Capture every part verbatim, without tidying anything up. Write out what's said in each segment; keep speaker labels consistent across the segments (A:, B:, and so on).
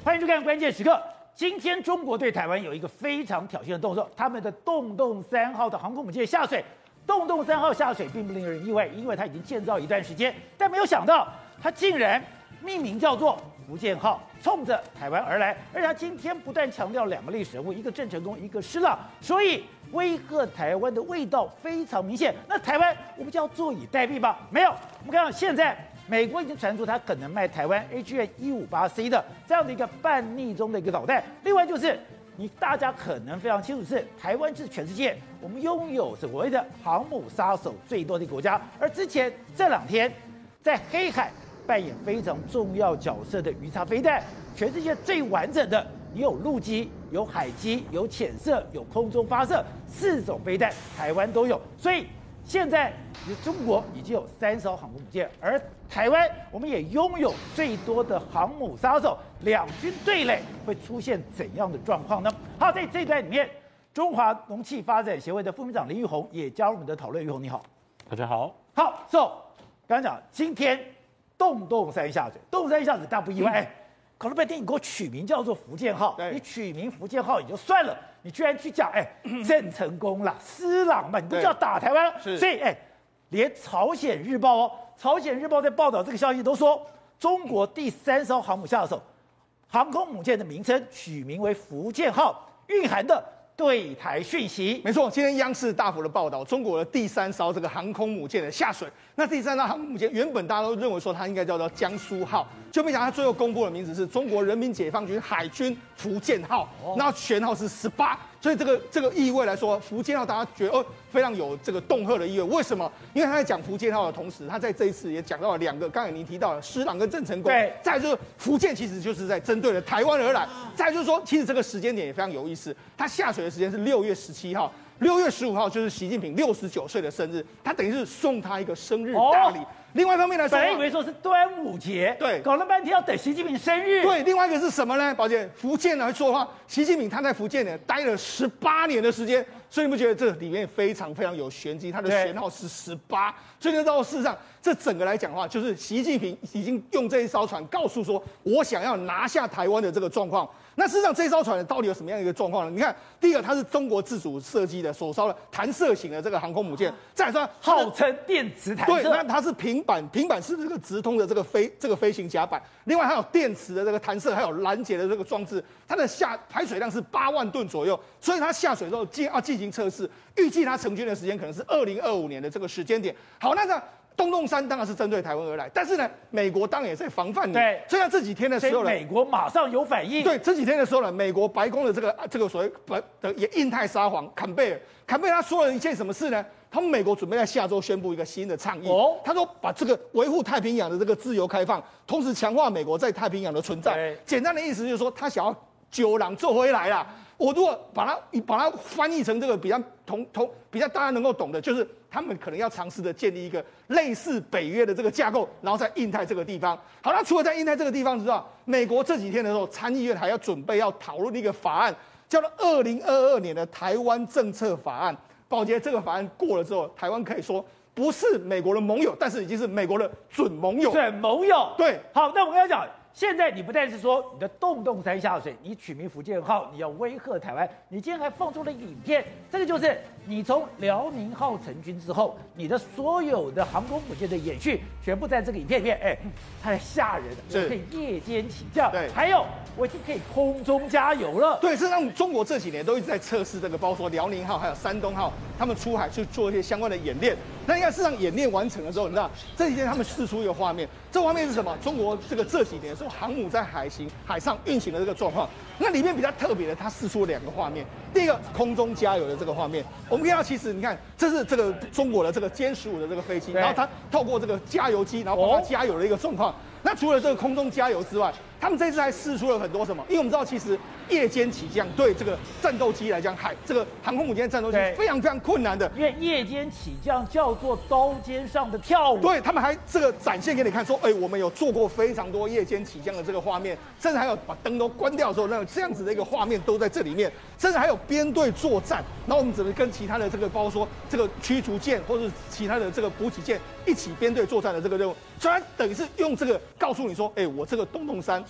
A: 欢迎收看《关键时刻》。今天中国对台湾有一个非常挑衅的动作，他们的洞洞三号的航空母舰下水。洞洞三号下水并不令人意外，因为它已经建造一段时间，但没有想到它竟然命名叫做福建号，冲着台湾而来。而且他今天不断强调两个历史人物，一个郑成功，一个施琅，所以威吓台湾的味道非常明显。那台湾我们就要坐以待毙吗？没有，我们看到现在美国已经传出它可能卖台湾 H N 一五八 C 的这样的一个半逆中的一个导弹。另外就是你大家可能非常清楚是台湾是全世界我们拥有所谓的航母杀手最多的国家，而之前这两天在黑海扮演非常重要角色的鱼叉飞弹，全世界最完整的，你有陆基、有海基、有潜射、有空中发射，四种飞弹台湾都有。所以现在中国已经有三艘航空母舰，而台湾我们也拥有最多的航母杀手，两军对垒会出现怎样的状况呢？好，在这一段里面，中华农气发展协会的副秘书长林玉红也加入我们的讨论。玉红你好。
B: 大家好。
A: 好 ，So 刚刚讲今天洞洞三下水，洞洞三下水大不意外。哎、嗯，搞了半天你给我取名叫做福建号，你取名福建号也就算了，你居然去讲哎郑成功啦、施琅嘛，你都叫打台湾，所以哎，连朝鲜日报哦。朝鲜日报在报道这个消息都说，中国第三艘航母下手，航空母舰的名称取名为福建号，蕴含的对台讯息。
C: 没错，今天央视大幅的报道，中国的第三艘这个航空母舰的下水。那第三艘航空母舰原本大家都认为说它应该叫做江苏号，就没想到它最后公布的名字是中国人民解放军海军福建号，哦、然后舷号是十八。所以这个这个意味来说，福建号大家觉得哦非常有这个恫吓的意味。为什么？因为他在讲福建号的同时，他在这一次也讲到了两个，刚才您提到了施琅跟郑成功。
A: 对。
C: 再来就是福建其实就是在针对了台湾而来。再来就是说，其实这个时间点也非常有意思，他下水的时间是六月十七号，六月十五号就是习近平六十九岁的生日，他等于是送他一个生日大礼。哦，另外一方面来说，
A: 本来以为说是端午节，
C: 对，
A: 搞了半天要等习近平生日。
C: 对，另外一个是什么呢？宝姐，福建来说的话，习近平他在福建呢待了十八年的时间，所以你不觉得这里面非常非常有玄机？他的舷号是十八，所以呢，到事实上，这整个来讲的话，就是习近平已经用这一艘船告诉说，我想要拿下台湾的这个状况。那事实上，这艘船到底有什么样的一个状况呢？你看，第一个，它是中国自主设计的首艘的弹射型的这个航空母舰，再来说，
A: 号称电磁弹射，
C: 对，那它是平板，平板是这个直通的这个飞这个飞行甲板，另外还有电磁的这个弹射，还有拦截的这个装置，它的下排水量是八万吨左右，所以它下水之后进要进行测试，预计它成军的时间可能是二零二五年的这个时间点。好，那这洞洞三当然是针对台湾而来，但是呢，美国当然也在防范你。
A: 对，
C: 所以在这几天的时候呢，
A: 美国马上有反应。
C: 对，这几天的时候呢，美国白宫的这个这个所谓的也印太沙皇坎贝尔，坎贝尔他说了一件什么事呢？他们美国准备在下周宣布一个新的倡议，哦、他说把这个维护太平洋的这个自由开放，同时强化美国在太平洋的存在。简单的意思就是说，他想要九郎做回来啦。我如果把它把它翻译成这个比较同同比较大家能够懂的，就是他们可能要尝试的建立一个类似北约的这个架构，然后在印太这个地方。好，那除了在印太这个地方之外，美国这几天的时候，参议院还要准备要讨论一个法案，叫做二零二二年的台湾政策法案。宝洁，这个法案过了之后，台湾可以说不是美国的盟友，但是已经是美国的准盟友。
A: 准盟友，
C: 对。
A: 好，那我跟你讲。现在你不但是说你的洞洞三下水，你取名福建号，你要威吓台湾，你今天还放出了影片，这个就是你从辽宁号成军之后，你的所有的航空母舰的演训，全部在这个影片里面，哎，太吓人了，我可以夜间起降，
C: 对，
A: 还有我已经可以空中加油了，
C: 对，事实上中国这几年都一直在测试这个，包括说辽宁号还有山东号，他们出海去做一些相关的演练。那你看，事实上演练完成了之后，你知道这几天他们释出一个画面，这个画面是什么？中国这个这几年是航母在海行海上运行的这个状况。那里面比较特别的，它释出了两个画面。第一个空中加油的这个画面，我们看到其实你看，这是这个中国的这个歼十五的这个飞机，然后它透过这个加油机，然后帮它加油的一个状况。那除了这个空中加油之外，他们这次还释出了很多什么？因为我们知道，其实夜间起降对这个战斗机来讲，海这个航空母舰战斗机非常非常困难的。
A: 因为夜间起降叫做刀尖上的跳舞。
C: 对，他们还这个展现给你看，说，哎、欸，我们有做过非常多夜间起降的这个画面，甚至还有把灯都关掉的时候，那这样子的一个画面都在这里面，甚至还有编队作战。然后我们怎么跟其他的这个，包括说这个驱逐舰或者是其他的这个补给舰一起编队作战的这个任务，虽然等于是用这个告诉你说，哎、欸，我这个洞洞山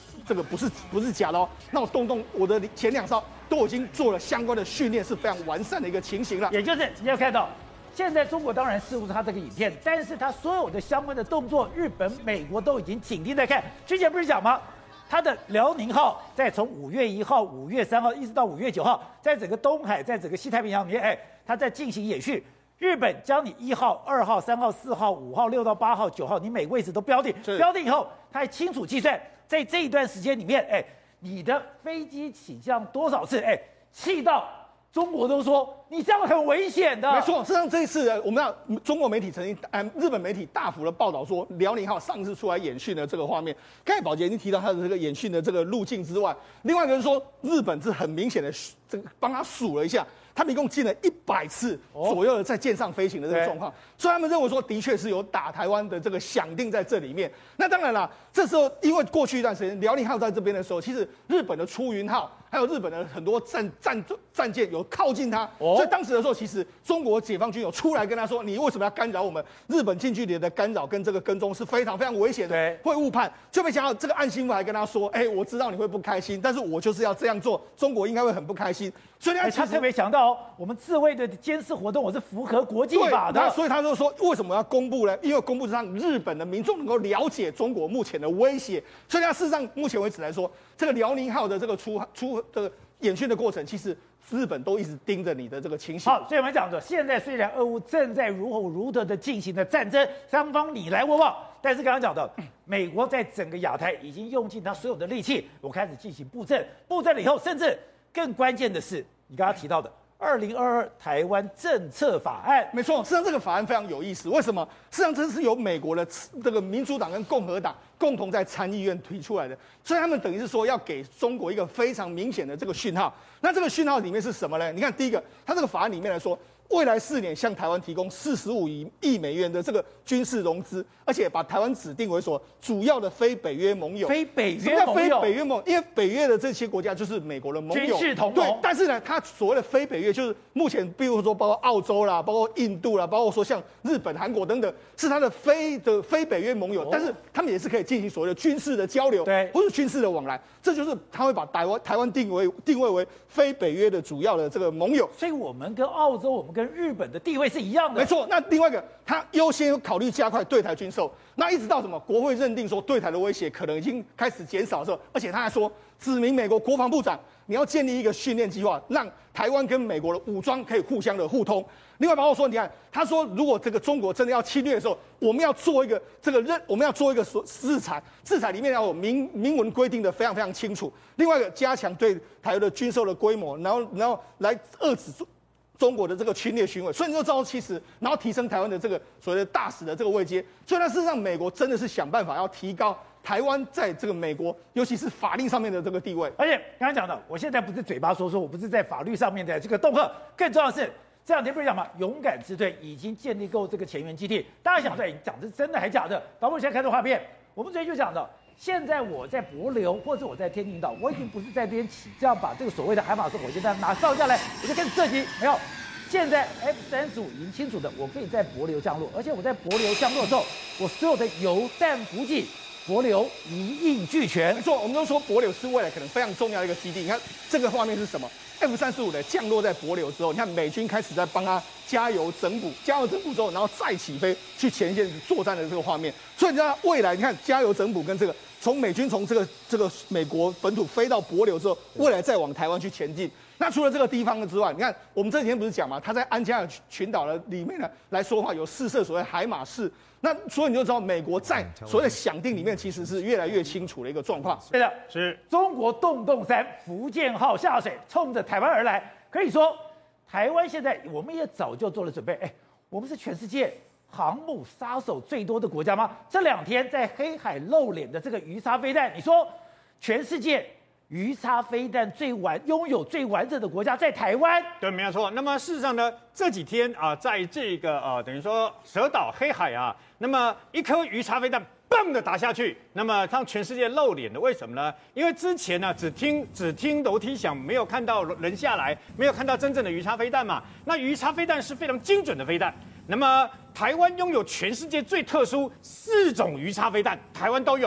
C: 这个不是不是假的哦。那我动动我的前两艘都已经做了相关的训练，是非常完善的一个情形了。
A: 也就是你要看到，现在中国当然似乎是他这个影片，但是他所有的相关的动作，日本、美国都已经紧盯在看。之前不是讲吗？他的辽宁号在从五月一号、五月三号一直到五月九号，在整个东海，在整个西太平洋里面，哎，他在进行演训。日本将你一号、二号、三号、四号、五号、六到八号、九号，你每个位置都标定，标定以后，他还清楚计算，在这一段时间里面，哎，你的飞机起降多少次，哎，气到中国都说你这样很危险的。
C: 没错，事实上这一次我们要中国媒体曾经，嗯，日本媒体大幅的报道说，辽宁号上次出来演训的这个画面，刚才宝杰已经提到他的这个演训的这个路径之外，另外一个是说，日本是很明显的这个帮他数了一下。他们一共进了一百次左右的在舰上飞行的这个状况，所以他们认为说，的确是有打台湾的这个响定在这里面。那当然啦，这时候因为过去一段时间辽宁号在这边的时候，其实日本的出云号还有日本的很多战战战舰有靠近它，所以当时的时候，其实中国解放军有出来跟他说，你为什么要干扰我们？日本近距离的干扰跟这个跟踪是非常非常危险的，会误判。就没想到这个岸信夫还跟他说，哎、欸，我知道你会不开心，但是我就是要这样做，中国应该会很不开心。所以他、欸、
A: 他特别强调，我们自卫的监视活动我是符合国际法的。
C: 所以他就说，为什么要公布呢？因为公布是让日本的民众能够了解中国目前的威胁。所以他事实上目前为止来说，这个辽宁号的这个出出的演训的过程，其实日本都一直盯着你的这个情形。
A: 好，所以我们讲的，现在虽然俄乌正在如火如荼的进行的战争，双方你来我往，但是刚刚讲的，美国在整个亚太已经用尽他所有的力气，我开始进行布阵，布阵了以后，甚至更关键的是，你刚刚提到的二零二二台湾政策法案，
C: 没错，实际上这个法案非常有意思。为什么？实际上这是由美国的这个民主党跟共和党共同在参议院提出来的，所以他们等于是说要给中国一个非常明显的这个讯号。那这个讯号里面是什么呢？你看，第一个，它这个法案里面来说，未来四年向台湾提供四十五亿美元的这个军事融资，而且把台湾指定为所主要的非北约盟友。
A: 非北约盟友，
C: 非北约盟，因为北约的这些国家就是美国的盟友，
A: 军事同盟。
C: 对，但是呢，它所谓的非北约就是目前，比如说包括澳洲啦，包括印度啦，包括说像日本、韩国等等，是它的非的非北约盟友，哦、但是他们也是可以进行所谓的军事的交流，
A: 对，
C: 或是军事的往来。这就是他会把台湾台湾定位定位为非北约的主要的这个盟友。
A: 所以我们跟澳洲，我们跟日本的地位是一样的。
C: 没错。那另外一个，他优先考虑加快对台军售，那一直到什么国会认定说对台的威胁可能已经开始减少的时候，而且他还说指明美国国防部长，你要建立一个训练计划，让台湾跟美国的武装可以互相的互通。另外包括说，你看，他说如果这个中国真的要侵略的时候，我们要做一个这个认，我们要做一个制裁，制裁里面要有明明文规定的非常非常清楚。另外一个，加强对台湾的军售的规模，然后然后来遏制中国的这个侵略行为，所以你就知道，其实然后提升台湾的这个所谓的大使的这个位阶。所以呢，事实上美国真的是想办法要提高台湾在这个美国，尤其是法令上面的这个地位。
A: 而且刚刚讲的，我现在不是嘴巴说说，我不是在法律上面的这个恫吓，更重要的是。这两天不是讲嘛，勇敢之队已经建立够这个前沿基地。大家想说，讲的是真的还假的？导播现在看这画面，我们昨天就讲的，现在我在帛琉或者我在天庭岛，我已经不是在边起这样把这个所谓的海马斯火箭弹拿上下来，我就开始射击。没有，现在 F 三十五已经清楚的，我可以在帛琉降落，而且我在帛琉降落之后，我所有的油弹补给，帛琉一应俱全。
C: 没错，我们都说帛琉是未来可能非常重要的一个基地。你看这个画面是什么？F 三十五的降落在帛琉之后，你看美军开始在帮他加油整补，加油整补之后，然后再起飞去前线作战的这个画面。所以你知道未来，你看加油整补跟这个从美军从这个这个美国本土飞到帛琉之后，未来再往台湾去前进。那除了这个地方之外，你看我们这几天不是讲嘛，他在安加尔群岛的里面呢来说话，有试射所谓海马式。那所以你就知道，美国在所谓的响定里面，其实是越来越清楚的一个状况。
A: 对的，
B: 是
A: 中国洞洞三福建号下水，冲着台湾而来。可以说，台湾现在我们也早就做了准备。哎，我们是全世界航母杀手最多的国家吗？这两天在黑海露脸的这个鱼叉飞弹，你说全世界鱼叉飞弹最完拥有最完整的国家在台湾？
B: 对，没有错。那么事实上呢，这几天啊、呃，在这个呃，等于说蛇岛黑海啊，那么一颗鱼叉飞弹砰的打下去，那么让全世界露脸的，为什么呢？因为之前呢、啊，只听只听楼梯响，没有看到人下来，没有看到真正的鱼叉飞弹嘛。那鱼叉飞弹是非常精准的飞弹。那么台湾拥有全世界最特殊四种鱼叉飞弹，台湾都有。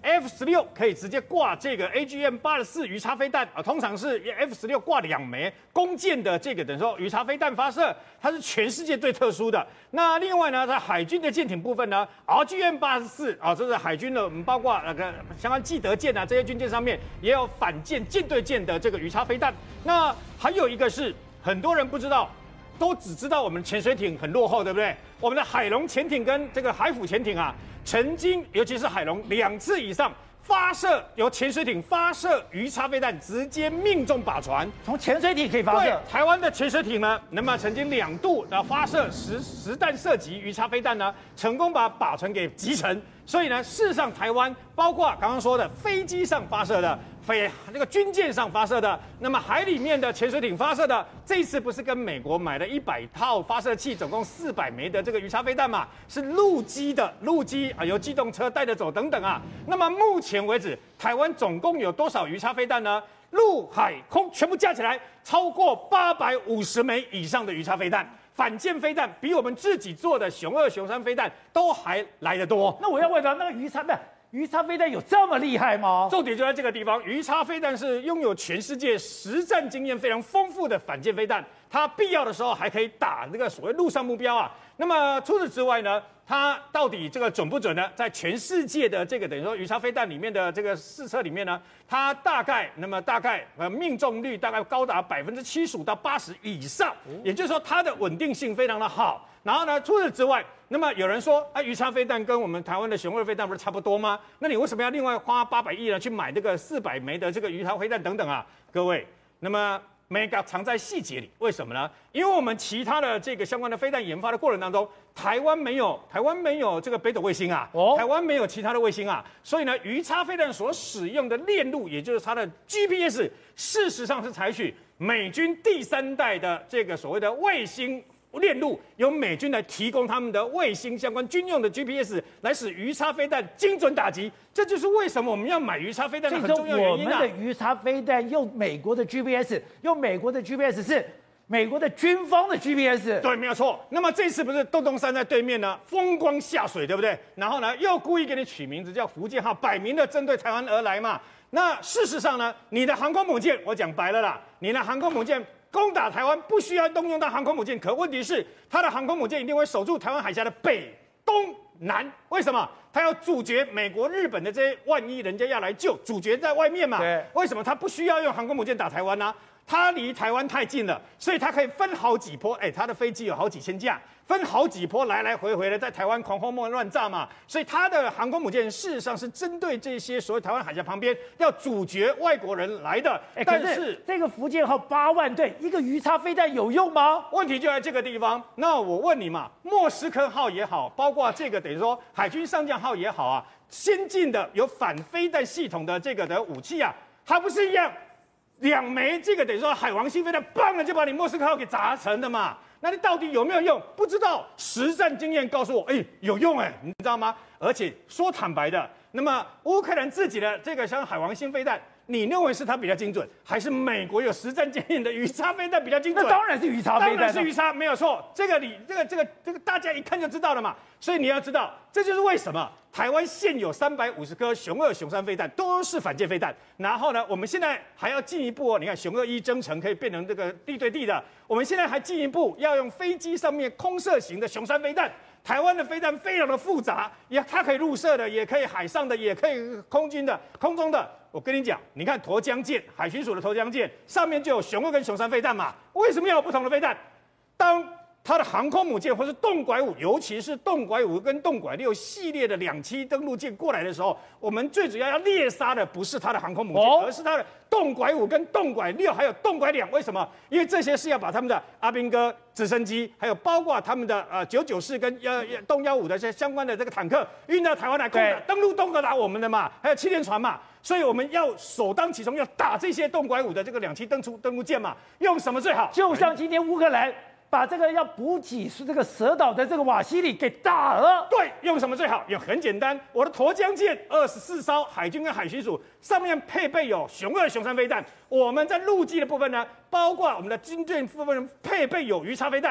B: F 十六可以直接挂这个 A G M 八十四鱼叉飞弹啊，通常是 F 十六挂两枚弓箭的这个等于说鱼叉飞弹发射，它是全世界最特殊的。那另外呢，在海军的舰艇部分呢 ，R G M 八十四啊，这是海军的，我们包括那个相关基德舰啊这些军舰上面也有反舰舰对舰的这个鱼叉飞弹。那还有一个是很多人不知道。都只知道我们潜水艇很落后，对不对？我们的海龙潜艇跟这个海虎潜艇啊，曾经尤其是海龙两次以上发射由潜水艇发射鱼叉飞弹，直接命中靶船。
A: 从潜水艇可以发射。
B: 台湾的潜水艇呢，那么曾经两度的发射实实弹射击鱼叉飞弹呢，成功把靶船给击沉。所以呢，事实上台湾包括刚刚说的飞机上发射的。飞这个军舰上发射的，那么海里面的潜水艇发射的，这一次不是跟美国买了一百套发射器，总共四百枚的这个鱼叉飞弹嘛？是陆基的，陆基啊，由机动车带着走等等啊。那么目前为止，台湾总共有多少鱼叉飞弹呢？陆海空全部加起来，超过八百五十枚以上的鱼叉飞弹。反舰飞弹比我们自己做的雄二、雄三飞弹都还来得多。
A: 那我要问到那个鱼叉弹。鱼叉飞弹有这么厉害吗？
B: 重点就在这个地方，鱼叉飞弹是拥有全世界实战经验非常丰富的反舰飞弹，它必要的时候还可以打那个所谓陆上目标啊。那么除此之外呢，它到底这个准不准呢？在全世界的这个等于说鱼叉飞弹里面的这个试测里面呢，它大概那么大概呃命中率大概高达百分之七十五到八十以上，也就是说它的稳定性非常的好。然后呢，除此之外，那么有人说，啊，鱼叉飞弹跟我们台湾的雄二飞弹不是差不多吗？那你为什么要另外花八百亿呢去买这个四百枚的这个鱼叉飞弹等等啊？各位，那么 mega 藏在细节里，为什么呢？因为我们其他的这个相关的飞弹研发的过程当中，台湾没有台湾没有这个北斗卫星啊，哦、台湾没有其他的卫星啊，所以呢，鱼叉飞弹所使用的链路，也就是它的 G P S， 事实上是采取美军第三代的这个所谓的卫星。链路由美军来提供他们的卫星相关军用的 G P S 来使鱼叉飞弹精准打击，这就是为什么我们要买鱼叉飞弹的很重要原因啊。
A: 我们的鱼叉飞弹用美国的 G P S， 用美国的 G P S 是美国的军方的 G P S。
B: 对，没有错。那么这次不是洞洞山在对面呢，风光下水，对不对？然后呢，又故意给你取名字叫福建号，摆明了针对台湾而来嘛。那事实上呢，你的航空母舰，我讲白了啦，你的航空母舰。攻打台湾不需要动用到航空母舰，可问题是它的航空母舰一定会守住台湾海峡的北、东、南。为什么？它要阻绝美国、日本的这些万一人家要来救，阻绝在外面嘛。为什么它不需要用航空母舰打台湾呢？它离台湾太近了，所以它可以分好几波。哎，它的飞机有好几千架，分好几波来来回回的在台湾狂轰猛乱炸嘛。所以它的航空母舰事实上是针对这些所谓台湾海峡旁边要阻绝外国人来的。
A: 哎，但是这个福建号八万吨一个鱼叉飞弹有用吗？
B: 问题就在这个地方。那我问你嘛，莫斯科号也好，包括这个等于说海军上将号也好啊，先进的有反飞弹系统的这个的武器啊，还不是一样？两枚这个等于说海王星飞弹，砰的就把你莫斯科号给砸成的嘛。那你到底有没有用？不知道。实战经验告诉我，哎，有用哎，你知道吗？而且说坦白的，那么乌克兰自己的这个像海王星飞弹，你认为是它比较精准，还是美国有实战经验的鱼叉飞弹比较精准？
A: 那当然是鱼叉飞弹，
B: 当然是鱼叉，没有错。这个你这个这个这个大家一看就知道了嘛。所以你要知道，这就是为什么台湾现有三百五十颗雄二、雄三飞弹都是反舰飞弹。然后呢，我们现在还要进一步哦，你看雄二一增程可以变成这个地对地的，我们现在还进一步要用飞机上面空射型的雄三飞弹。台湾的飞弹非常的复杂，也它可以陆射的，也可以海上的，也可以空军的、空中的。我跟你讲，你看沱江舰，海巡署的沱江舰上面就有雄二跟雄三飞弹嘛。为什么要有不同的飞弹？当它的航空母舰或是洞拐五，尤其是洞拐五跟洞拐六系列的两栖登陆舰过来的时候，我们最主要要猎杀的不是它的航空母舰，哦、而是它的洞拐五跟洞拐六还有洞拐两。为什么？因为这些是要把他们的阿兵哥直升机，还有包括他们的呃九九四跟呃洞幺五的这相关的这个坦克运到台湾来攻打，登陆攻打我们的嘛，还有气垫船嘛。所以我们要首当其冲，要打这些洞拐五的这个两栖登陆登陆舰嘛。用什么最好？
A: 就像今天乌克兰把这个要补给是这个蛇岛的这个瓦西里给打了。
B: 对，用什么最好？也很简单，我的沱江舰二十四艘海军跟海巡署上面配备有雄二、雄三飞弹。我们在陆基的部分呢，包括我们的军舰部分配备有鱼叉飞弹。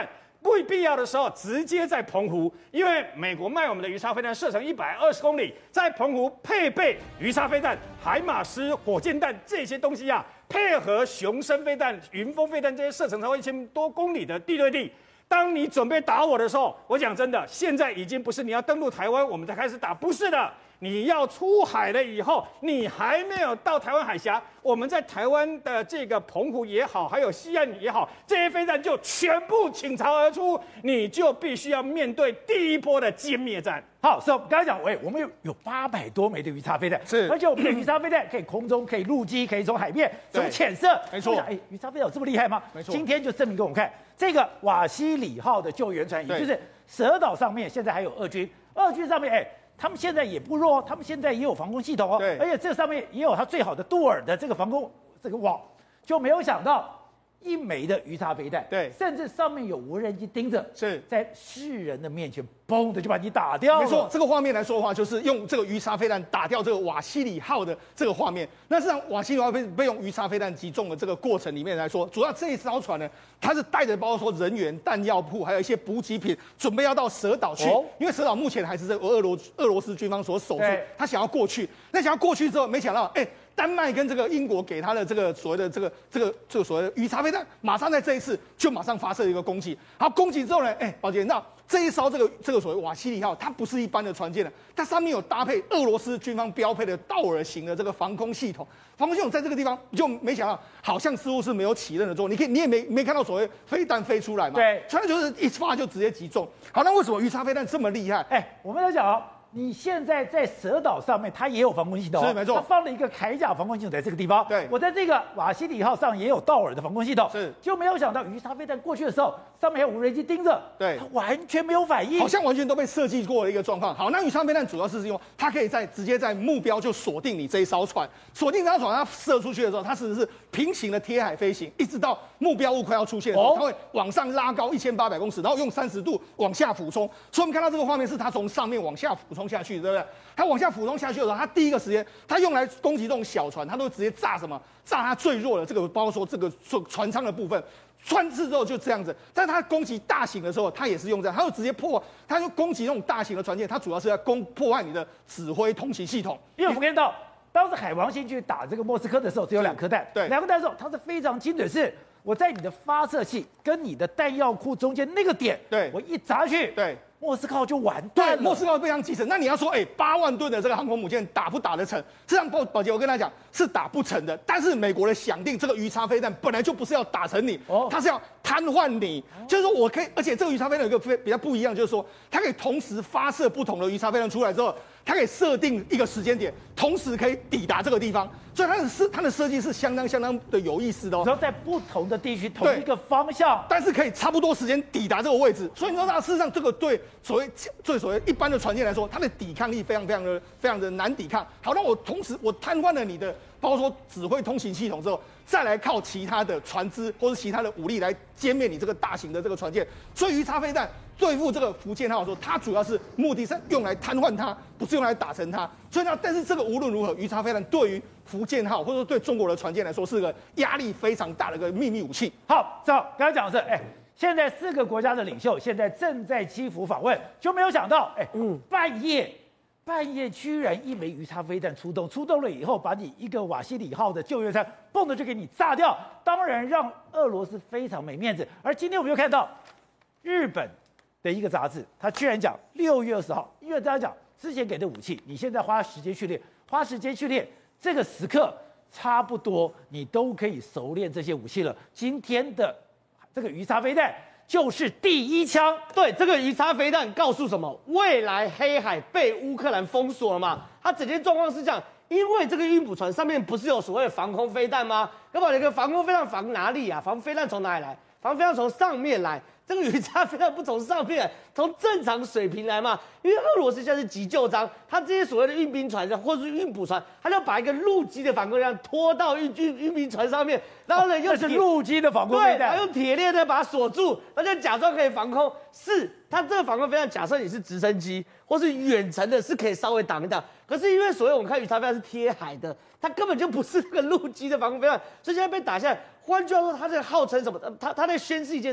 B: 不必要的时候直接在澎湖，因为美国卖我们的鱼叉飞弹射程一百二十公里，在澎湖配备鱼叉飞弹、海马斯火箭弹这些东西啊，配合雄升飞弹、云峰飞弹这些射程超过一千多公里的地对地。当你准备打我的时候，我讲真的，现在已经不是你要登陆台湾，我们才开始打，不是的。你要出海了以后，你还没有到台湾海峡，我们在台湾的这个澎湖也好，还有西岸也好，这些飞弹就全部倾巢而出，你就必须要面对第一波的歼灭战。
A: 好，所以我们刚才讲，喂，我们有有八百多枚的鱼叉飞弹，
C: 是，
A: 而且我们的鱼叉飞弹可以空中，可以陆基，可以从海面，从潜射，
C: 没错。
A: 哎，鱼叉飞弹有这么厉害吗？
C: 没错。
A: 今天就证明给我们看，这个瓦西里号的救援船，也就是蛇岛上面现在还有俄军，俄军上面，哎。他们现在也不弱，他们现在也有防空系统哦，
C: 对，
A: 而且这上面也有它最好的杜尔的这个防空这个网，就没有想到一枚的鱼叉飞弹，
C: 对，
A: 甚至上面有无人机盯着，
C: 是
A: 在世人的面前，嘣的就把你打掉了。
C: 没错，这个画面来说的话，就是用这个鱼叉飞弹打掉这个瓦西里号的这个画面。那实际上，瓦西里号被被用鱼叉飞弹击中的这个过程里面来说，主要这一艘船呢，它是带着包括说人员、弹药库，还有一些补给品，准备要到蛇岛去。哦、因为蛇岛目前还是这个俄罗俄罗斯军方所守住，他想要过去。那想要过去之后，没想到，哎。丹麦跟这个英国给他的这个所谓的这个这个这个所谓的鱼叉飞弹，马上在这一次就马上发射一个攻击。好，攻击之后呢，哎，宝杰，那这一艘这个这个所谓瓦西里号，它不是一般的船舰了，它上面有搭配俄罗斯军方标配的道尔型的这个防空系统。防空系统在这个地方就没想到，好像似乎是没有起任的作用。你可以，你也没没看到所谓飞弹飞出来嘛？
A: 对，
C: 船就是一发就直接击中。好，那为什么鱼叉飞弹这么厉害？
A: 哎，我们来讲哦。你现在在蛇岛上面，它也有防空系统、哦，
C: 是没错。
A: 它放了一个铠甲防空系统在这个地方。
C: 对，
A: 我在这个瓦西里号上也有道尔的防空系统，
C: 是。
A: 就没有想到鱼叉飞弹过去的时候，上面还有无人机盯着，
C: 对，
A: 它完全没有反应，
C: 好像完全都被设计过的一个状况。好，那鱼叉飞弹主要是用它可以在直接在目标就锁定你这一艘船，锁定这艘船，它射出去的时候，它其实是平行的贴海飞行，一直到目标物快要出现的时候，它会往上拉高一千八百公尺，然后用三十度往下俯冲。所以我们看到这个画面是它从上面往下俯冲下去，对不对？它往下俯冲下去的时候，它第一个时间，它用来攻击这种小船，它都直接炸什么？炸它最弱的这个，包括说这个船舱的部分。穿刺之后就这样子，但是它攻击大型的时候，它也是用这样，它就直接破，它就攻击那种大型的船舰，它主要是在攻破坏你的指挥通信系统。
A: 因为我们看到，当时海王星去打这个莫斯科的时候，只有两颗弹，
C: 对，
A: 两颗弹的时候，它是非常精准，是我在你的发射器跟你的弹药库中间那个点，
C: 对，
A: 我一砸去，
C: 对。
A: 莫斯科就完蛋了。
C: 莫斯科非常击沉。那你要说，哎、欸，八万吨的这个航空母舰打不打得成？这样，宝宝杰，我跟他讲是打不成的。但是美国的想定，这个鱼叉飞弹本来就不是要打成你，哦，它是要瘫痪你。哦、就是说我可以，而且这个鱼叉飞弹有一个非比较不一样，就是说它可以同时发射不同的鱼叉飞弹出来之后，它可以设定一个时间点，同时可以抵达这个地方。所以它的设它的设计是相当相当的有意思的哦。
A: 然后在不同的地区同一个方向，
C: 但是可以差不多时间抵达这个位置。所以你知道，事实上这个对所谓最所谓一般的船舰来说，它的抵抗力非常非常的非常的难抵抗。好，那我同时我瘫痪了你的，包括说指挥通行系统之后，再来靠其他的船只或是其他的武力来歼灭你这个大型的这个船舰。所以鱼叉飞弹对付这个福建号的时候，它主要是目的是用来瘫痪它，不是用来打沉它。所以呢，但是这个无论如何，鱼叉飞弹对于福建号或者说对中国的船舰来说，是个压力非常大的一个秘密武器。
A: 好，这刚才讲的是，哎。现在四个国家的领袖现在正在基辅访问，就没有想到，哎，嗯，半夜半夜居然一枚鱼叉飞弹出动，出动了以后，把你一个瓦西里号的救援船蹦的就给你炸掉，当然让俄罗斯非常没面子。而今天我们又看到日本的一个杂志，他居然讲六月二十号，因为大家讲之前给的武器，你现在花时间去练，花时间去练，这个时刻差不多你都可以熟练这些武器了。今天的这个鱼叉飞弹就是第一枪。
D: 对，这个鱼叉飞弹告诉什么？未来黑海被乌克兰封锁了嘛？它整件状况是这样，因为这个运补船上面不是有所谓的防空飞弹吗？根本那个防空飞弹防哪里啊？防飞弹从哪里来？防飞弹从上面来。这个鱼叉飞弹不从上面来，从正常水平来嘛？因为俄罗斯现在是急救章，他这些所谓的运兵船或者是运补船，他就把一个陆基的防空飞弹拖到运运运兵船上面，然后呢又、
A: 哦、是陆基的防空飞弹，
D: 对，用铁链呢把它锁住，那就假装可以防空。是，它这个防空飞弹，假设你是直升机或是远程的，是可以稍微挡一挡。可是因为所谓我们看鱼叉飞弹是贴海的，它根本就不是那个陆基的防空飞弹，所以现在被打下来。换句话说，它这个号称什么？它它在宣示一件什么？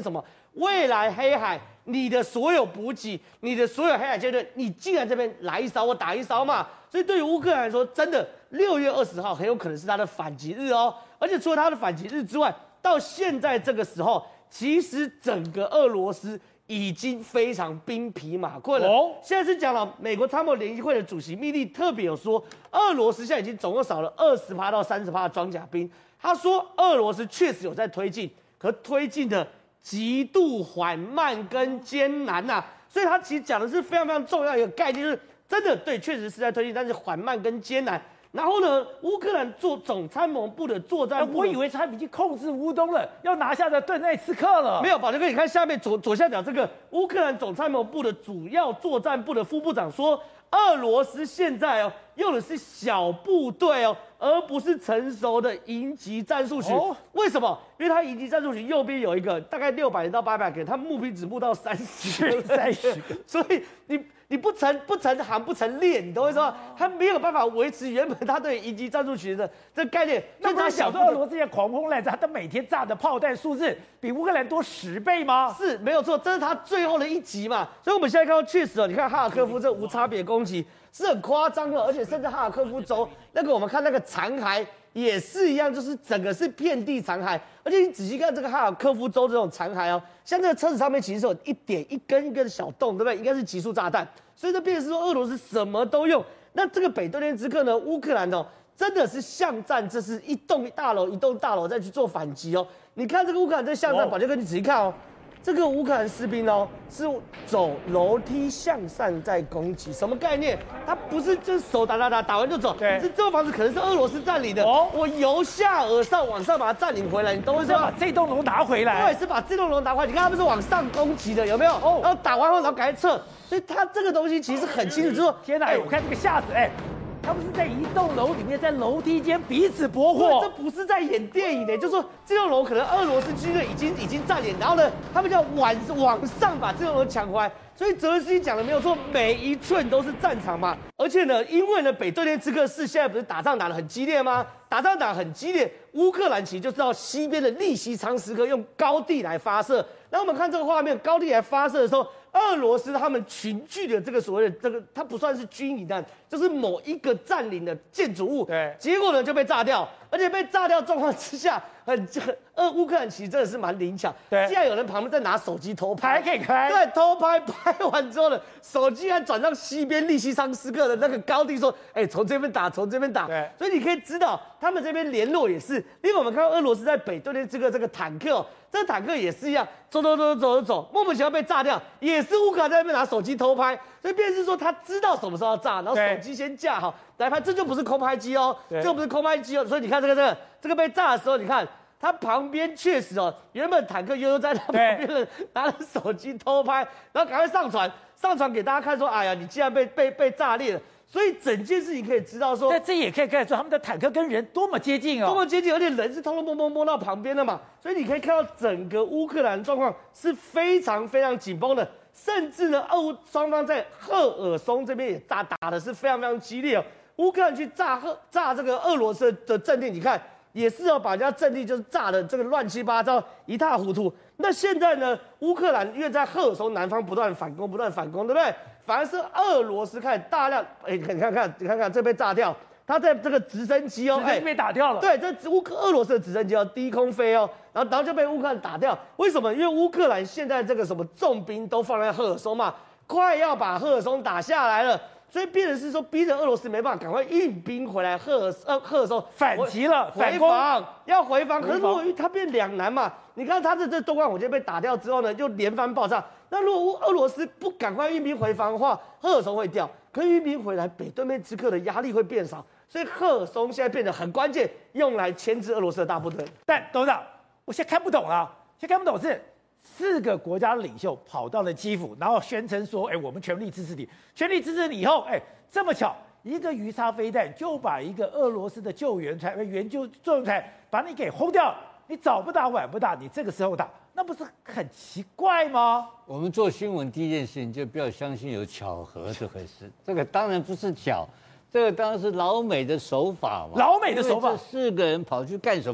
D: 未来黑海你的所有补给、你的所有黑海舰队，你竟然这边来一艘，我打一艘嘛。所以对于乌克兰来说，真的六月二十号很有可能是他的反击日哦。而且除了他的反击日之外，到现在这个时候，其实整个俄罗斯已经非常兵疲马困了。哦，现在是讲了，美国参谋联席会的主席密利特别有说，俄罗斯现在已经总共少了二十趴到三十趴的装甲兵。他说，俄罗斯确实有在推进，可推进的极度缓慢跟艰难呐、啊。所以他其实讲的是非常非常重要的一个概念，就是真的对，确实是在推进，但是缓慢跟艰难。然后呢，乌克兰做总参谋部的作战部，
A: 我以为他已经控制乌东了，要拿下的顿内茨克了。
D: 没有，宝杰哥，你看下面左左下角这个乌克兰总参谋部的主要作战部的副部长说，俄罗斯现在哦用的是小部队哦，而不是成熟的营级战术群。哦、为什么？因为他营级战术群右边有一个大概六百人到八百个人，他募兵只募到三十个，
A: 三十个，
D: 所以你。你不成不成行不成列，你都会说他没有办法维持原本他对营级战术群的这个概念。
A: 那他小俄罗斯这些狂轰滥炸，他每天炸的炮弹数字比乌克兰多十倍吗？
D: 是没有错，这是他最后的一击嘛。所以我们现在看到确实哦，你看哈尔科夫这无差别攻击是很夸张的，而且甚至哈尔科夫州那个我们看那个残骸也是一样，就是整个是遍地残骸。而且你仔细看这个哈尔科夫州这种残骸哦，像这个车子上面其实有一点一根一根的小洞，对不对？应该是集束炸弹。所以这变成是说俄罗斯什么都用。那这个北顿涅茨克呢，乌克兰哦，真的是巷战，这是一栋大楼一栋大楼再去做反击哦。你看这个乌克兰这巷战，宝杰哥你仔细看哦，这个乌克兰士兵哦是走楼梯向上在攻击，什么概念？他不是就是手打打打打完就走，
A: 对，
D: 是这个房子可能是俄罗斯占领的，哦，我由下而上往上把它占领回来，你懂我意思吗？
A: 把这栋楼拿回来，
D: 对，是把这栋楼拿回来。你看他们是往上攻击的，有没有？哦，然后打完后然后赶快撤。所以他这个东西其实很清楚，就是说，
A: 天哪，我看这个吓死，哎，他们是在一栋楼里面，在楼梯间彼此搏火，
D: 这不是在演电影的，就是说这栋楼可能俄罗斯军队已经已经占领，然后呢，他们就要往往上把这栋楼抢回来。所以泽连斯基讲的没有错，每一寸都是战场嘛。而且呢，因为呢，北顿涅茨克市现在不是打仗打得很激烈吗？打仗打得很激烈，乌克兰其实就知道西边的利西昌斯克用高地来发射。然后我们看这个画面，高地来发射的时候，俄罗斯他们群聚的这个所谓的这个，它不算是军营弹，就是某一个占领的建筑物。
A: 对，
D: 结果呢就被炸掉，而且被炸掉状况之下，很很呃乌克兰其实真的是蛮灵巧。
A: 对，
D: 竟然有人旁边在拿手机偷拍，
A: 还可以开。
D: 对，偷拍拍完之后呢，手机还转到西边利西昌斯克的那个高地，说，哎，从这边打，从这边打。
A: 对，
D: 所以你可以知道，他们这边联络也是。另外我们看到俄罗斯在北顿涅茨克这个坦克、哦，这个坦克也是一样，走走走走走走，莫名其妙被炸掉，也是乌克兰在那边拿手机偷拍。所以便是说他知道什么时候要炸，然后手机先架好来拍，这就不是空拍机哦，这就不是空拍机哦。所以你看这个这个这个被炸的时候，你看。他旁边确实哦，原本坦克悠悠在他旁边的拿着手机偷拍，然后赶快上传，上传给大家看说，哎呀，你竟然被被被炸裂了。所以整件事情可以知道说，
A: 但这也可以看得出他们的坦克跟人多么接近哦，
D: 多么接近，而且人是偷偷摸摸摸到旁边的嘛。所以你可以看到整个乌克兰状况是非常非常紧绷的，甚至呢，俄乌双方在赫尔松这边也打打的是非常非常激烈哦。乌克兰去炸赫炸这个俄罗斯的阵地，你看。也是要把人家阵地就是炸的这个乱七八糟一塌糊涂。那现在呢，乌克兰因为在赫尔松南方不断反攻，不断反攻，对不对？反而是俄罗斯看大量，哎，你看看，你看看这被炸掉，他在这个直升机哦，
A: 哎，被打掉了。
D: 对，这乌克俄罗斯的直升机要低空飞哦，然后然后就被乌克兰打掉。为什么？因为乌克兰现在这个什么重兵都放在赫尔松嘛，快要把赫尔松打下来了。所以变成是说，逼着俄罗斯没办法赶快运兵回来赫尔呃赫尔松
A: 反击了，
D: 回防要回防。可是如果它变两难嘛，你看它这这东岸火箭被打掉之后呢，又连番爆炸。那如果俄罗斯不赶快运兵回防的话，赫尔松会掉。可是运兵回来，北顿涅茨克的压力会变少，所以赫尔松现在变得很关键，用来牵制俄罗斯的大部队。
A: 但董事长，我现在看不懂了，现在看不懂是。四个国家领袖跑到了基辅，然后宣称说：“哎，我们全力支持你，全力支持你。”以后，哎，这么巧，一个鱼叉飞弹就把一个俄罗斯的救援船、援救救援船把你给轰掉了。你早不打晚不打，你这个时候打，那不是很奇怪吗？
E: 我们做新闻第一件事情就不要相信有巧合这回事，这个当然不是巧，这个当然是老美的手法嘛。
A: 老美的手法，
E: 这四个人跑去干什么？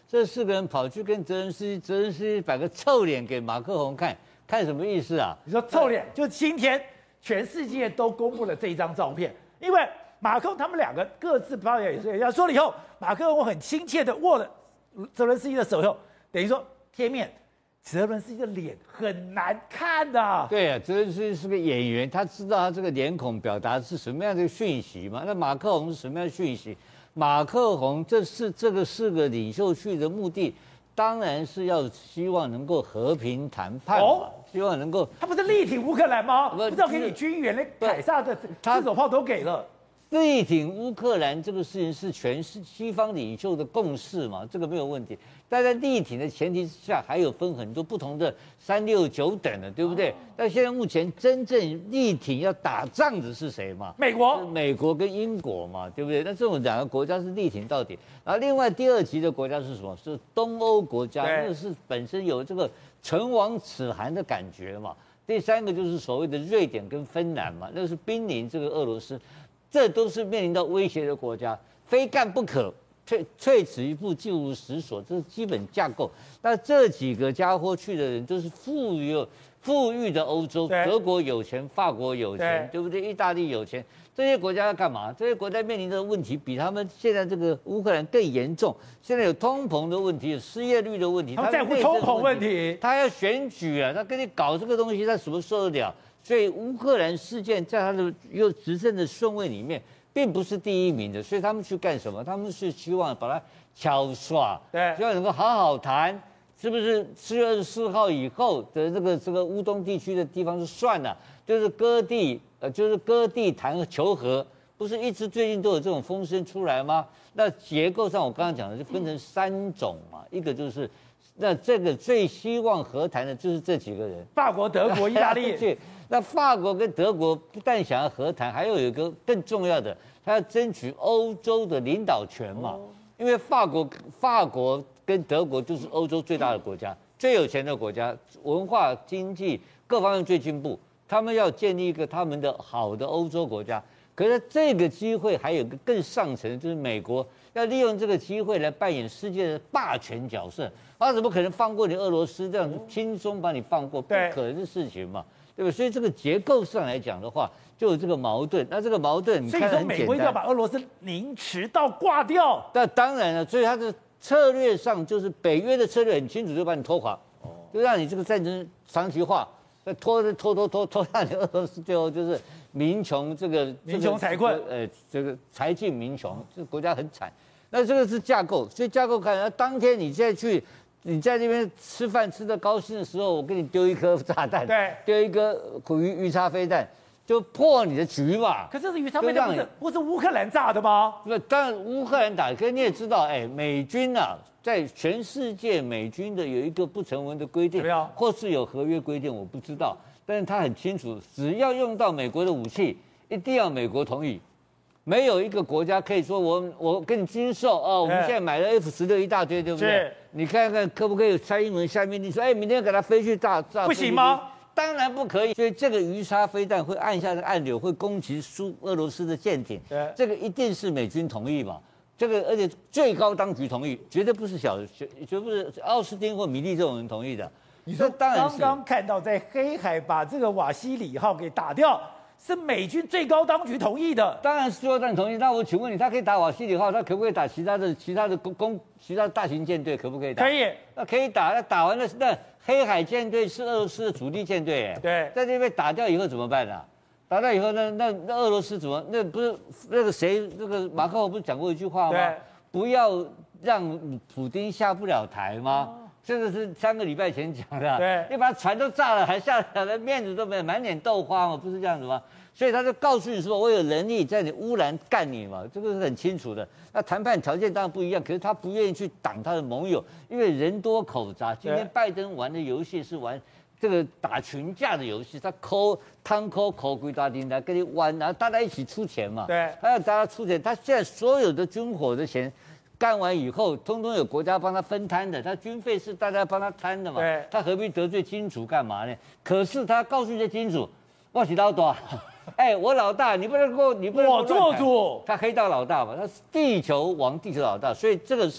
E: 这四个人跑去跟泽连斯基，泽连斯基摆个臭脸给马克宏看，看什么意思啊？
A: 你说臭脸，就今天全世界都公布了这一张照片，因为马克宏他们两个各自发表也要说了以后，马克宏很亲切的握了泽连斯基的手以后，等于说贴面。泽连斯基的脸很难看的、啊。
E: 对啊，泽连斯基是个演员，他知道他这个脸孔表达是什么样的讯息嘛？那马克宏是什么样的讯息？马克宏这是这个四个领袖去的目的，当然是要希望能够和平谈判嘛，哦、希望能够。
A: 他不是力挺乌克兰吗？不知道给你军援，连凯撒的自走炮都给了。
E: 力挺乌克兰这个事情是全是西方领袖的共识嘛，这个没有问题。但在力挺的前提之下，还有分很多不同的三六九等的，对不对？哦、但现在目前真正力挺要打仗的是谁嘛？
A: 美国、
E: 美国跟英国嘛，对不对？那这种两个国家是力挺到底。然后另外第二级的国家是什么？是东欧国家，那个是本身有这个唇亡齿寒的感觉嘛。第三个就是所谓的瑞典跟芬兰嘛，那个是濒临这个俄罗斯。这都是面临到威胁的国家，非干不可，退退此一步进入实所，这是基本架构。那这几个家伙去的人都是富裕富裕的欧洲，德国有钱，法国有钱， 对, 对不对？意大利有钱，这些国家要干嘛？这些国家面临的问题比他们现在这个乌克兰更严重。现在有通膨的问题，有失业率的问题，
A: 他在乎通膨问题，
E: 他要选举啊，他跟你搞这个东西，他什么受得了？所以乌克兰事件在他的又执政的顺位里面，并不是第一名的。所以他们去干什么？他们是希望把它敲刷，
A: 对，
E: 希望能够好好谈，是不是？四月二十四号以后的这个这个乌东地区的地方就算了，就是割地，呃，就是割地谈求和，不是一直最近都有这种风声出来吗？那结构上我刚刚讲的就分成三种嘛，一个就是。那这个最希望和谈的就是这几个人，
A: 法国、德国、意大利。
E: 那法国跟德国不但想要和谈，还有一个更重要的，他要争取欧洲的领导权嘛。因为法国、法国跟德国就是欧洲最大的国家，最有钱的国家，文化、经济各方面最进步。他们要建立一个他们的好的欧洲国家。可是这个机会还有一个更上层，就是美国要利用这个机会来扮演世界的霸权角色。他怎么可能放过你俄罗斯这样轻松把你放过？不可能的事情嘛，对吧？所以这个结构上来讲的话，就有这个矛盾。那这个矛盾，你看很简单。
A: 所以说美国一定要把俄罗斯凌迟到挂掉。
E: 那当然了，所以他的策略上就是北约的策略很清楚，就把你拖垮，就让你这个战争长期化，再拖拖拖拖拖到你俄罗斯最后就是民穷这个
A: 民穷财困，
E: 呃，这个财尽民穷，这个国家很惨。那这个是架构，所以架构看，那当天你现在去。你在那边吃饭吃得高兴的时候，我给你丢一颗炸弹，
A: 对，
E: 丢一个鱼鱼叉飞弹，就破你的局嘛。
A: 可是鱼叉飞弹不是不是乌克兰炸的吗？
E: 不，当然乌克兰打，可是你也知道，哎，美军啊，在全世界美军的有一个不成文的规定，或是有合约规定，我不知道，但是他很清楚，只要用到美国的武器，一定要美国同意。没有一个国家可以说我我跟你军售哦，我们现在买了 F 十六一大堆，对不对？
A: 是，
E: 你看看可不可以蔡英文下命令说，哎，明天给他飞去炸炸？
A: 不行吗？
E: 当然不可以。所以这个鱼叉飞弹会按下这个按钮，会攻击苏俄罗斯的舰艇。
A: 对，
E: 这个一定是美军同意嘛？这个而且最高当局同意，绝对不是小，绝绝不是奥斯汀或米利这种人同意的。
A: 你说当然刚刚看到在黑海把这个瓦西里号给打掉。是美军最高当局同意的，
E: 当然是最高当局同意。那我请问你，他可以打瓦西里号，他可不可以打其他的、其他的攻攻、其他的大型舰队？可不可以打？
A: 可以，
E: 那可以打。那打完了，那黑海舰队是俄罗斯的主力舰队，哎，
A: 对，
E: 在那边打掉以后怎么办呢、啊？打掉以后，那那那俄罗斯怎么？那不是那个谁？那个马克龙不是讲过一句话吗？
A: 对，
E: 不要让普丁下不了台吗？哦，这个是三个礼拜前讲的。
A: 对，
E: 你把船都炸了，还下来，面子都没有，满脸豆花嘛，不是这样子吗？所以他就告诉你说，我有能力在你乌兰干你嘛，这个是很清楚的。那谈判条件当然不一样，可是他不愿意去挡他的盟友，因为人多口杂。今天拜登玩的游戏是玩这个打群架的游戏，他抠摊抠口鬼打丁来跟你玩，然后大家一起出钱嘛。
A: 对，
E: 他要大家出钱，他现在所有的军火的钱干完以后，通通有国家帮他分摊的，他军费是大家帮他摊的嘛。
A: 对，
E: 他何必得罪金主干嘛呢？可是他告诉这些金主，我是老大。哎，我老大，你不能够，你不能
A: 我做主。
E: 他黑道老大嘛，他是地球王，地球老大，所以这个是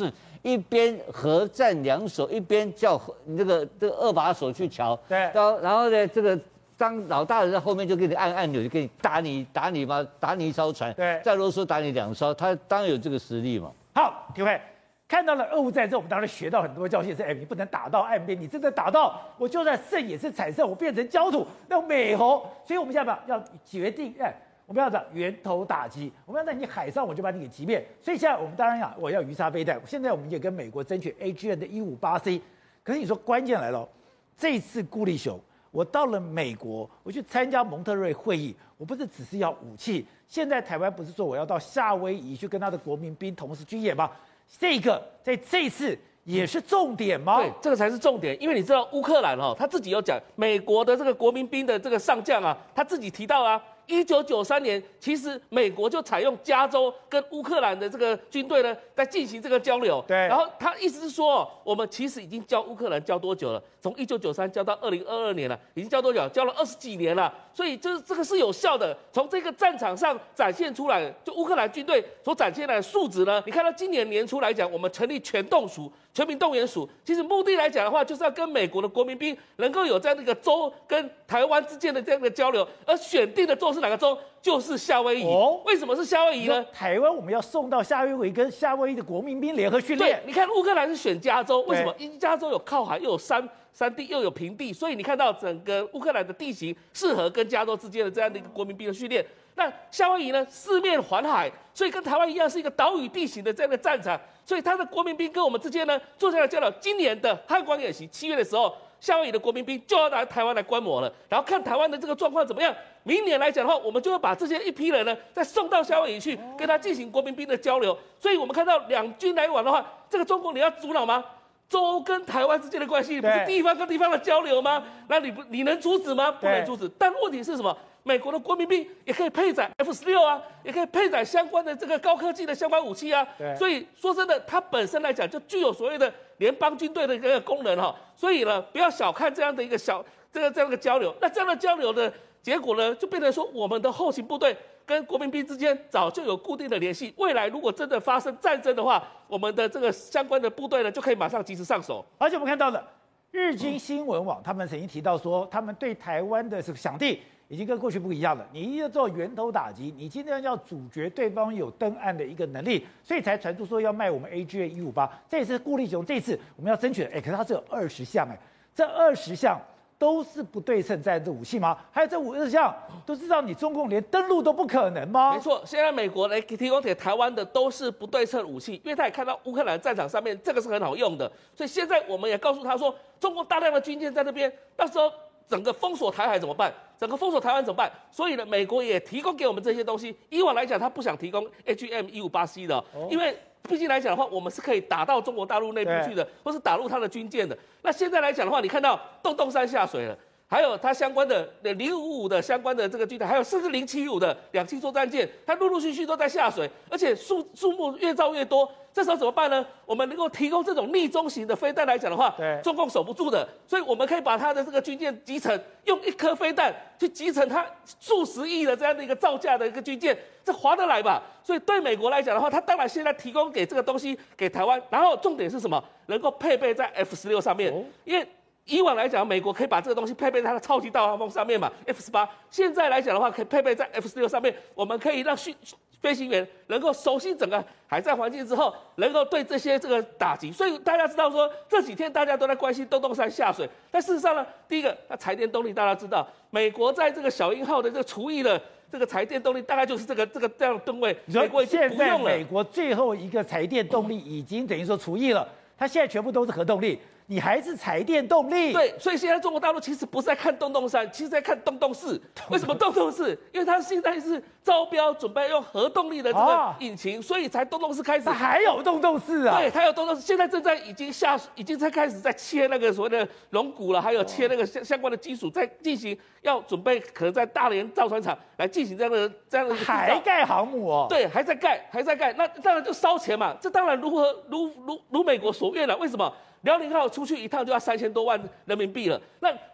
E: 一边核战两手，一边叫那个这个二把手去瞧。
A: 对，
E: 然后然后呢，这个当老大人在后面就给你按按钮，就给你打你打你嘛，打你一艘船。
A: 对，
E: 再啰嗦打你两艘，他当然有这个实力嘛。
A: 好，体会。看到了俄乌战争，我们当然学到很多教训，是哎，你不能打到岸边，你真的打到，我就算胜也是惨胜，我变成焦土，那美猴。所以我们现在要决定，哎，我们要打源头打击，我们要在你海上我就把你给击灭。所以现在我们当然要我要鱼叉飞弹，现在我们也跟美国争取 A G M 的一五八 C。可是你说关键来了，这次顾立雄，我到了美国，我去参加蒙特瑞会议，我不是只是要武器，现在台湾不是说我要到夏威夷去跟他的国民兵同时军演吗？这个在这次也是重点吗？
F: 对，这个才是重点，因为你知道乌克兰哦，他自己有讲，美国的这个国民兵的这个上将啊，他自己提到啊，一九九三年其实美国就采用加州跟乌克兰的这个军队呢，在进行这个交流。
A: 对，
F: 然后他意思是说，我们其实已经教乌克兰教多久了？从一九九三教到二零二二年了，已经教多久？教了二十几年了。所以就是这个是有效的，从这个战场上展现出来，就乌克兰军队所展现的素质呢。你看到今年年初来讲，我们成立全动署、全民动员署，其实目的来讲的话，就是要跟美国的国民兵能够有这样的一个州跟台湾之间的这样的交流，而选定的州是哪个州？就是夏威夷。哦，为什么是夏威夷呢？
A: 台湾我们要送到夏威夷跟夏威夷的国民兵联合训练。
F: 对，你看乌克兰是选加州，为什么？因为加州有靠海，又有山。山地又有平地，所以你看到整个乌克兰的地形适合跟加州之间的这样的一个国民兵的训练。那夏威夷呢，四面环海，所以跟台湾一样是一个岛屿地形的这样的战场，所以他的国民兵跟我们之间呢做这样的交流。今年的汉光演习，七月的时候，夏威夷的国民兵就要来台湾来观摩了，然后看台湾的这个状况怎么样。明年来讲的话，我们就会把这些一批人呢再送到夏威夷去，跟他进行国民兵的交流。所以我们看到两军来往的话，这个中国你要阻挠吗？州跟台湾之间的关系不是地方跟地方的交流吗？那你不你能阻止吗？不能阻止。但问题是什么？美国的国民兵也可以配载 F 十六啊，也可以配载相关的这个高科技的相关武器啊。所以说真的，它本身来讲就具有所谓的联邦军队的一个功能哈。所以呢，不要小看这样的一个小这个这样的交流。那这样的交流的结果呢，就变成说我们的后勤部队跟国民兵之间早就有固定的联系，未来如果真的发生战争的话，我们的这个相关的部队呢就可以马上及时上手。
A: 而且我们看到了日经新闻网，他们曾经提到说，他们对台湾的这个想定已经跟过去不一样了。你一定要做源头打击，你今天要阻绝对方有登岸的一个能力，所以才传出说要卖我们 A G M 一五八。这也是顾立雄这次我们要争取的，哎，可是他只有二十项，哎，这二十项都是不对称战斗武器吗？还有这五十项都知道你中共连登陆都不可能吗？
F: 没错，现在美国来提供给台湾的都是不对称武器，因为他也看到乌克兰战场上面这个是很好用的，所以现在我们也告诉他说，中国大量的军舰在那边，到时候整个封锁台海怎么办？整个封锁台湾怎么办？所以呢，美国也提供给我们这些东西。以往来讲，他不想提供 H M 一五八 C 的、哦，因为毕竟来讲的话，我们是可以打到中国大陆内部去的，或是打入它的军舰的。那现在来讲的话，你看到洞洞山下水了，还有它相关的零五五的相关的这个军舰，还有甚至零七五的两栖作战舰，它陆陆续续都在下水，而且数数目越造越多。这时候怎么办呢？我们能够提供这种逆中型的飞弹来讲的话，中共守不住的，所以我们可以把它的这个军舰集成，用一颗飞弹去集成它数十亿的这样的一个造价的一个军舰，这划得来吧？所以对美国来讲的话，它当然现在提供给这个东西给台湾，然后重点是什么？能够配备在 F 十六上面，因为以往来讲，美国可以把这个东西配备在它的超级大黄蜂上面嘛 ，F 十八。现在来讲的话，可以配备在 F 十六上面，我们可以让训飞行员能够熟悉整个海战环境之后，能够对这些这个打击。所以大家知道说，这几天大家都在关心洞洞山下水，但事实上呢，第一个，它柴电动力大家知道，美国在这个小鹰号的这个除役的这个柴电动力大概就是这个这个这样的吨位，美国已经不用了。
A: 现在美国最后一个柴电动力已经等于说除役了，它现在全部都是核动力。你还是柴电动力，
F: 对，所以现在中国大陆其实不是在看洞洞山，其实在看洞洞四。为什么洞洞四？因为它现在是招标准备用核动力的这个引擎，哦、所以才洞洞四开始。
A: 它还有洞洞四啊？
F: 对，它有洞洞四，现在正在已经下，已经在开始在切那个所谓的龙骨了，还有切那个相相关的金属，在进行要准备可能在大连造船厂来进行这样的这样的。
A: 还盖航母哦？
F: 对，还在盖，还在盖，那当然就烧钱嘛。这当然如何如如如美国所愿了？为什么？辽宁号出去一趟就要三千多万人民币了，那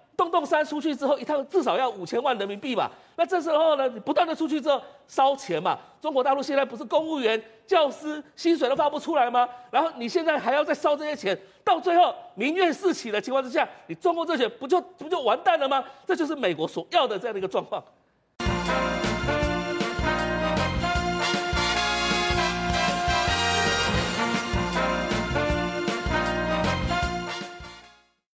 F: 洞洞山出去之后，一趟至少要五千万人民币吧？那这时候呢，你不断的出去之后烧钱嘛。中国大陆现在不是公务员、教师薪水都发不出来吗？然后你现在还要再烧这些钱，到最后民怨四起的情况之下，你中共这些不就不就完蛋了吗？这就是美国所要的这样的一个状况。